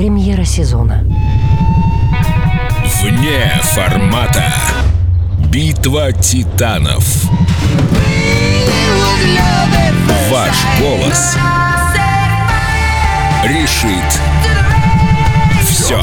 Премьера сезона. Вне формата. Битва титанов. Ваш голос решит все.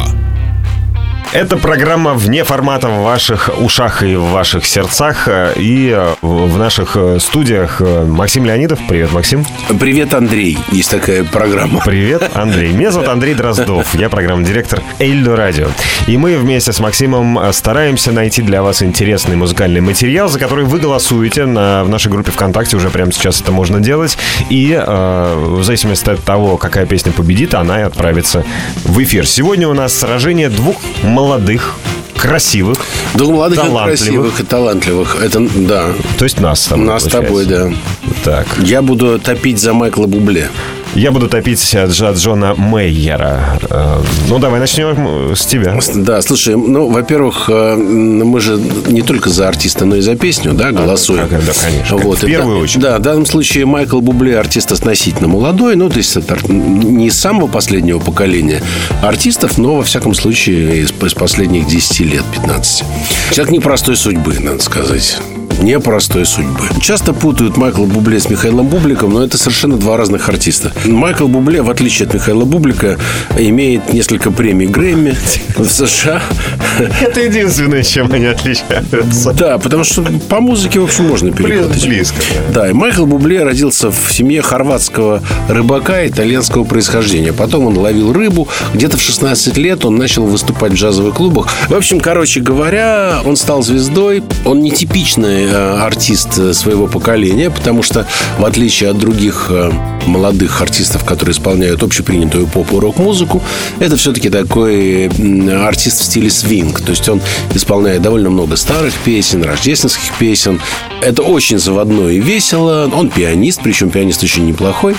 Это программа «Вне формата» в ваших ушах и в ваших сердцах. И в наших студиях Максим Леонидов. Привет, Максим. Привет, Андрей. Есть такая программа. Привет, Андрей. Меня зовут Андрей Дроздов. Я программный директор Эльдо Радио. И мы вместе с Максимом стараемся найти для вас интересный музыкальный материал, за который вы голосуете в нашей группе ВКонтакте. Уже прямо сейчас это можно делать. И в зависимости от того, какая песня победит, она и отправится в эфир. Сегодня у нас сражение двух молодых, красивых, двух молодых, красивых и талантливых. Это, да. То есть нас с тобой. Нас с тобой, да. Так. Я буду топить за Майкла Бубле. Я буду топить за Джона Мейера. Ну, давай начнем с тебя. Да, слушай, во-первых, мы же не только за артиста, но и за песню, да, голосуем. Да, конечно. Вот, в первую очередь. Да, в данном случае Майкл Бубле артист относительно молодой, то есть это не из самого последнего поколения артистов, но, во всяком случае, из последних 10 лет, 15. Человек непростой судьбы, надо сказать. Непростой судьбы. Часто путают Майкла Бубле с Михаилом Бубликом, но это совершенно два разных артиста. Майкл Бубле, в отличие от Михаила Бублика, имеет несколько премий Грэмми в США. Это единственное, чем они отличаются. Да, потому что по музыке, в общем, можно перепутать. Близко. Да, и Майкл Бубле родился в семье хорватского рыбака итальянского происхождения. Потом он ловил рыбу. Где-то в 16 лет он начал выступать в джазовых клубах. В общем, короче говоря, он стал звездой. Он нетипичный артист своего поколения, потому что, в отличие от других молодых артистов, которые исполняют общепринятую поп- и рок-музыку, это все-таки такой артист в стиле свинг. То есть он исполняет довольно много старых песен, рождественских песен. Это очень заводное и весело. Он пианист, причем пианист очень неплохой.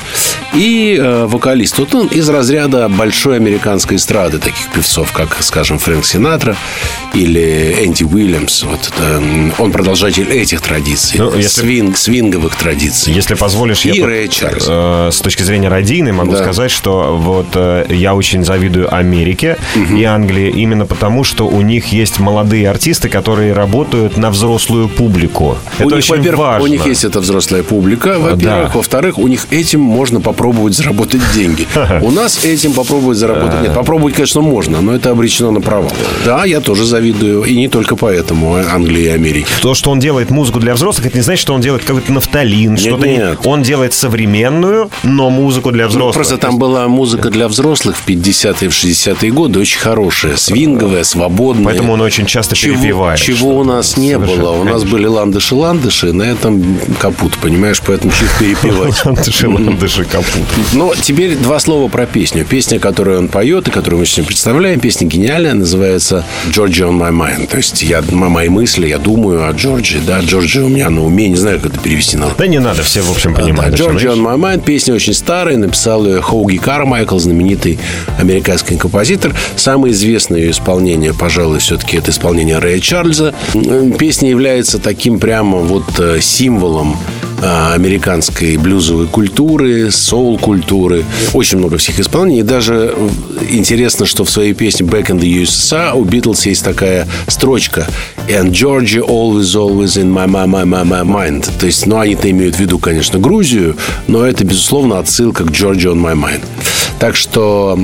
И вокалист. Вот он из разряда большой американской эстрады, таких певцов, как, скажем, Фрэнк Синатра или Энди Уильямс. Вот это, он продолжатель этих традиций, свинговых традиций. Если позволишь, и Рэй Чарльз. С точки зрения родийной могу сказать, что вот я очень завидую Америке и Англии именно потому, что у них есть молодые артисты, которые работают на взрослую публику. Это очень важно. У них есть эта взрослая публика, во-первых. Да. Во-вторых, у них этим можно попробовать заработать деньги. У нас этим попробовать заработать нет. Попробовать, конечно, можно, но это обречено на провал. Да, я тоже завидую. И не только поэтому Англии и Америки. То, что он делает музыку для взрослых, это не значит, что он делает какой-то нафталин. Нет. Он делает современную, но музыку для взрослых. Просто там была музыка для взрослых в 50-е, в 60-е годы очень хорошая. Свинговая, свободная. Поэтому он очень часто перепевает. Чего у нас не было. У нас были ландыши-ландыши, на этом капут, понимаешь? Поэтому чуть перепевать. Ландыши, капут. Но теперь два слова про песню. Песня, которую он поет и которую мы сегодня представляем, песня гениальная, называется «Georgia on my mind». То есть мои мысли, я думаю о Джорджии. Да, Джорджия у меня на уме. Не знаю, как это перевести на... Да не надо, все, в общем, понимают. «Georgia on my mind». Песня очень старая. Написал ее Хоуги Кармайкл, знаменитый американский композитор. Самое известное ее исполнение, пожалуй, все-таки это исполнение Рэя Чарльза. Песня является таким прямо вот символом американской блюзовой культуры, соул-культуры. Очень много всех исполнений. И даже интересно, что в своей песне «Back in the USA» у Битлз есть такая строчка «And Georgia always in my mind». То есть, они-то имеют в виду, конечно, Грузию, но это, безусловно, отсылка к «Georgia on my mind». Так что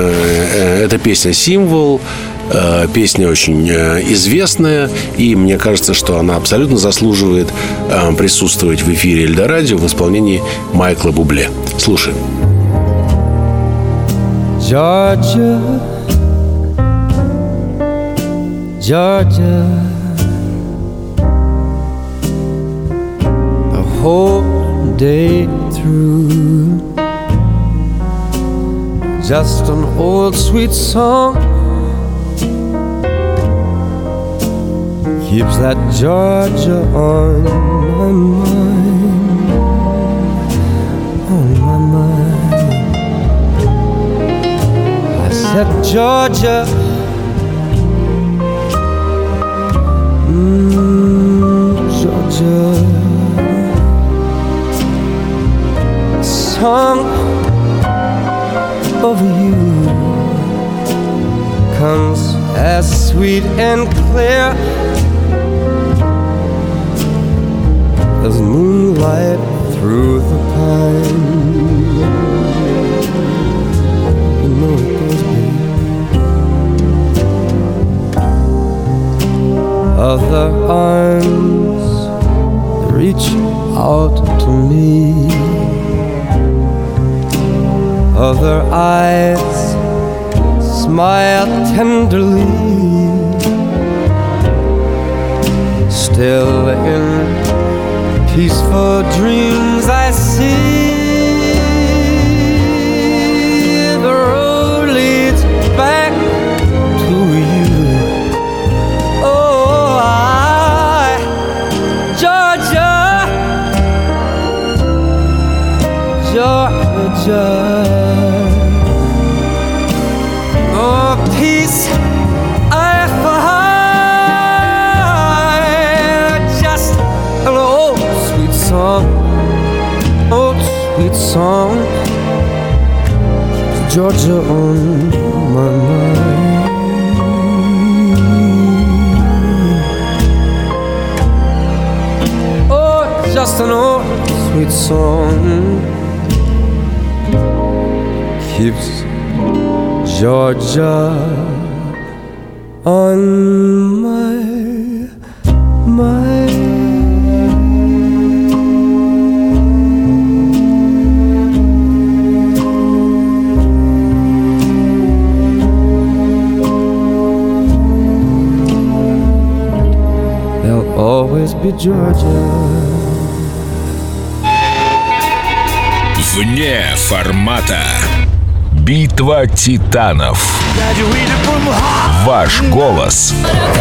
эта песня символ. Песня очень известная, и мне кажется, что она абсолютно заслуживает присутствовать в эфире Эльдо Радио в исполнении Майкла Бубле. Слушаем. Georgia, Georgia, the whole day through, just an old sweet song keeps that Georgia on my mind, on my mind. I said, Georgia, Georgia, a song over you comes as sweet and clear as moonlight through the pine. You know it does, babe. Other arms reach out to me. Other eyes smile tenderly. Still in peaceful dreams I see the road leads back to you. Oh, Georgia, Georgia. Oh, peace I find, just an old sweet song, old sweet song, Georgia on my mind. Oh, just an old sweet song keeps Georgia on my mind. There'll always be Georgia. Вне формата. Битва титанов. Ваш голос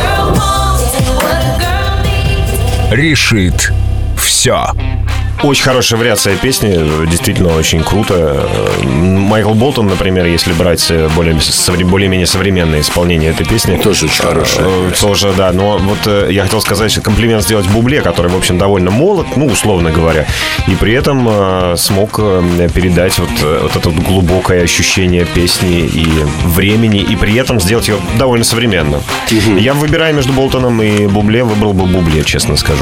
решит все. Очень хорошая вариация песни, действительно очень круто. Майкл Болтон, например, если брать более-менее современное исполнение этой песни. Тоже очень хорошая. Тоже, да. Но вот я хотел сказать, что комплимент сделать Бубле, который, в общем, довольно молод, ну, условно говоря, и при этом смог передать вот это глубокое ощущение песни и времени, и при этом сделать ее довольно современно. Я, выбирая между Болтоном и Бубле, выбрал бы Бубле, честно скажу.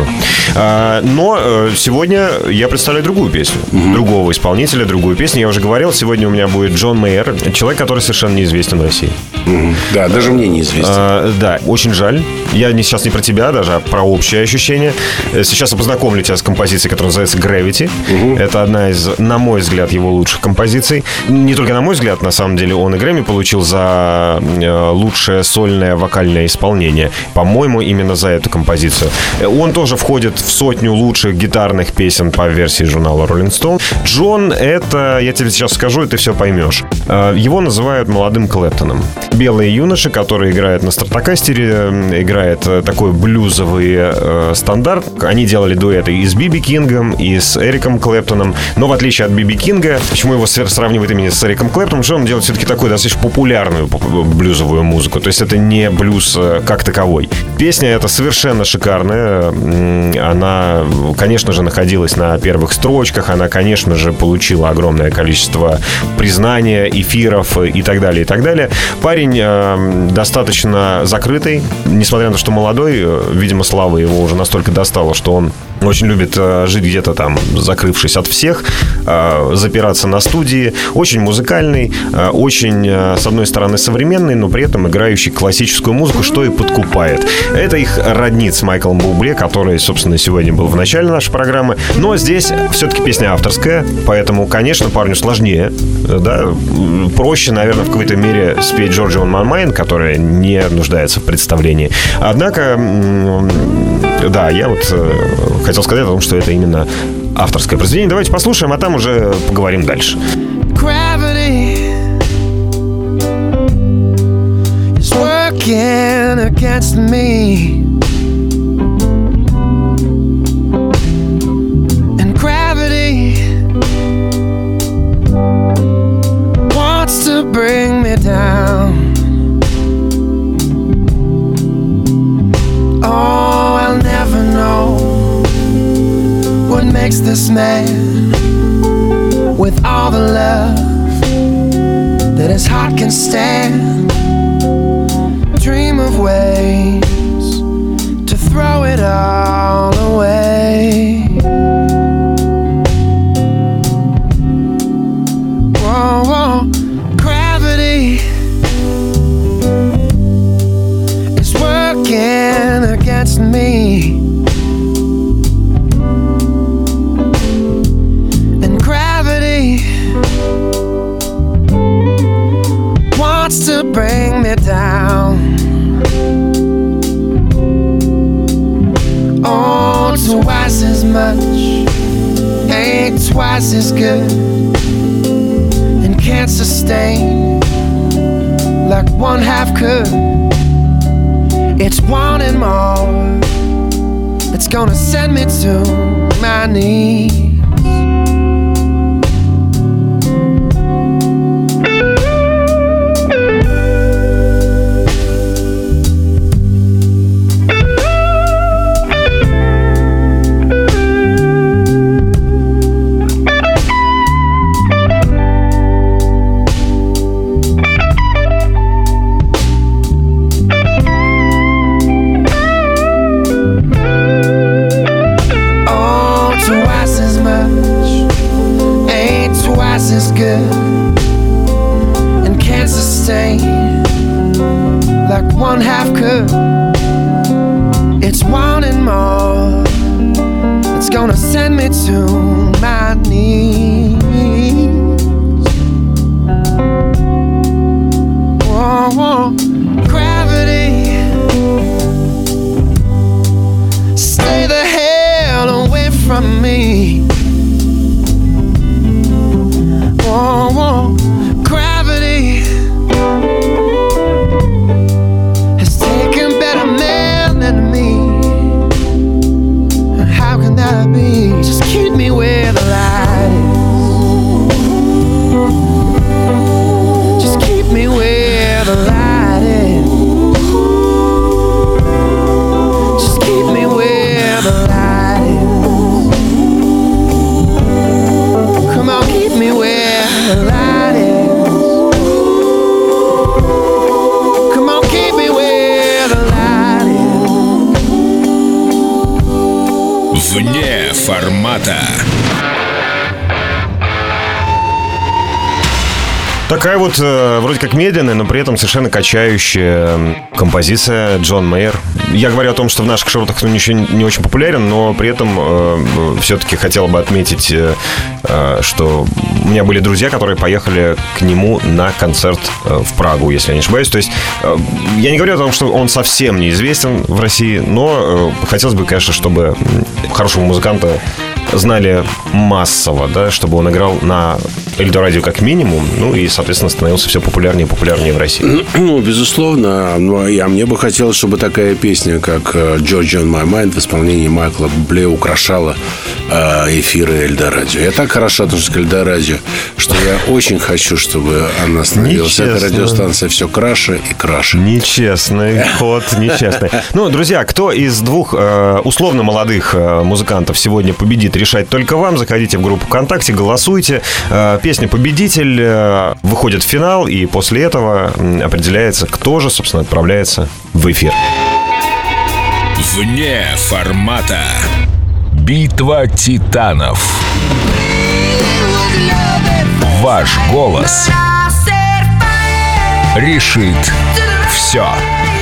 Но сегодня я представляю другую песню, другого исполнителя, другую песню. Я уже говорил, сегодня у меня будет Джон Мейер, человек, который совершенно неизвестен в России. Да, даже мне неизвестен. Да, очень жаль. Я сейчас не про тебя даже, а про общее ощущение. Сейчас я познакомлю тебя с композицией, которая называется Gravity. Это одна из, на мой взгляд, его лучших композиций. Не только на мой взгляд, на самом деле, он и Грэмми получил за лучшее сольное вокальное исполнение. По-моему, именно за эту композицию. Он тоже входит в 100 лучших гитарных песен по версии журнала Rolling Stone. Джон — это, я тебе сейчас скажу, и ты все поймешь. Его называют молодым Клэптоном. Белый юноша, который играет на стратокастере, играет такой блюзовый стандарт. Они делали дуэты и с Биби Кингом, и с Эриком Клэптоном. Но в отличие от Биби Кинга, почему его сравнивают именно с Эриком Клэптоном, что он делает все-таки такую достаточно популярную блюзовую музыку. То есть это не блюз как таковой. Песня эта совершенно шикарная. Она, конечно же, находилась на первых строчках. Она, конечно же, получила огромное количество признания, эфиров и так далее, и так далее. Парень достаточно закрытый, несмотря на то, что молодой, видимо, слава его уже настолько достала, что он очень любит жить где-то там, закрывшись от всех, запираться на студии. Очень музыкальный, очень, с одной стороны, современный, но при этом играющий классическую музыку, что и подкупает. Это их роднит с Майклом Бубле, который, собственно, сегодня был в начале нашей программы. Но здесь все-таки песня авторская, поэтому, конечно, парню сложнее, да, проще, наверное, в какой-то мере спеть Georgia on My Mind, которая не нуждается в представлении. Однако, да, я вот хотел сказать о том, что это именно авторское произведение. Давайте послушаем, а там уже поговорим дальше. Gravity is working against me, and gravity wants to bring me down. Oh, I'll never know what makes this man, with all the love that his heart can stand. dream of ways to throw it all away. Whoa, whoa, gravity is working against me, and gravity wants to bring me down. Oh, twice as much ain't twice as good, and can't sustain like one half could. It's wanting more, it's gonna send me to my knees. Is good and can't sustain like one half could. It's wanting more, it's gonna send me to my knees. Whoa, whoa, gravity, stay the hell away from me. Whoa, whoa, gravity has taken better men than me. How can that be? Just keep me where the light is. Just keep me where the light is. Just keep me where the light is. Come on, keep me where the light is. Come on, keep me where the light is. Вне формата. Такая вот вроде как медленная, но при этом совершенно качающая композиция Джон Мейер. Я говорю о том, что в наших широтах он еще не очень популярен, но при этом все-таки хотел бы отметить, что у меня были друзья, которые поехали к нему на концерт в Прагу, если я не ошибаюсь. То есть я не говорю о том, что он совсем неизвестен в России, но хотелось бы, конечно, чтобы хорошего музыканта знали массово, да, чтобы он играл на Эльдорадио как минимум, ну и, соответственно, становился все популярнее и популярнее в России. Ну, безусловно. Мне бы хотелось, чтобы такая песня, как «Georgia on My Mind» в исполнении Майкла Бубле украшала эфиры Эльдорадио. Я так хорошо отношусь к Эльдорадио, что я очень хочу, чтобы она становилась, эта радиостанция, все краше и краше. Нечестный ход, нечестный. Ну, друзья, кто из двух условно молодых музыкантов сегодня победит, решать только вам. Заходите в группу ВКонтакте, голосуйте. Песня «Победитель» выходит в финал, и после этого определяется, кто же, собственно, отправляется в эфир. Вне формата. Битва титанов. Ваш голос решит все.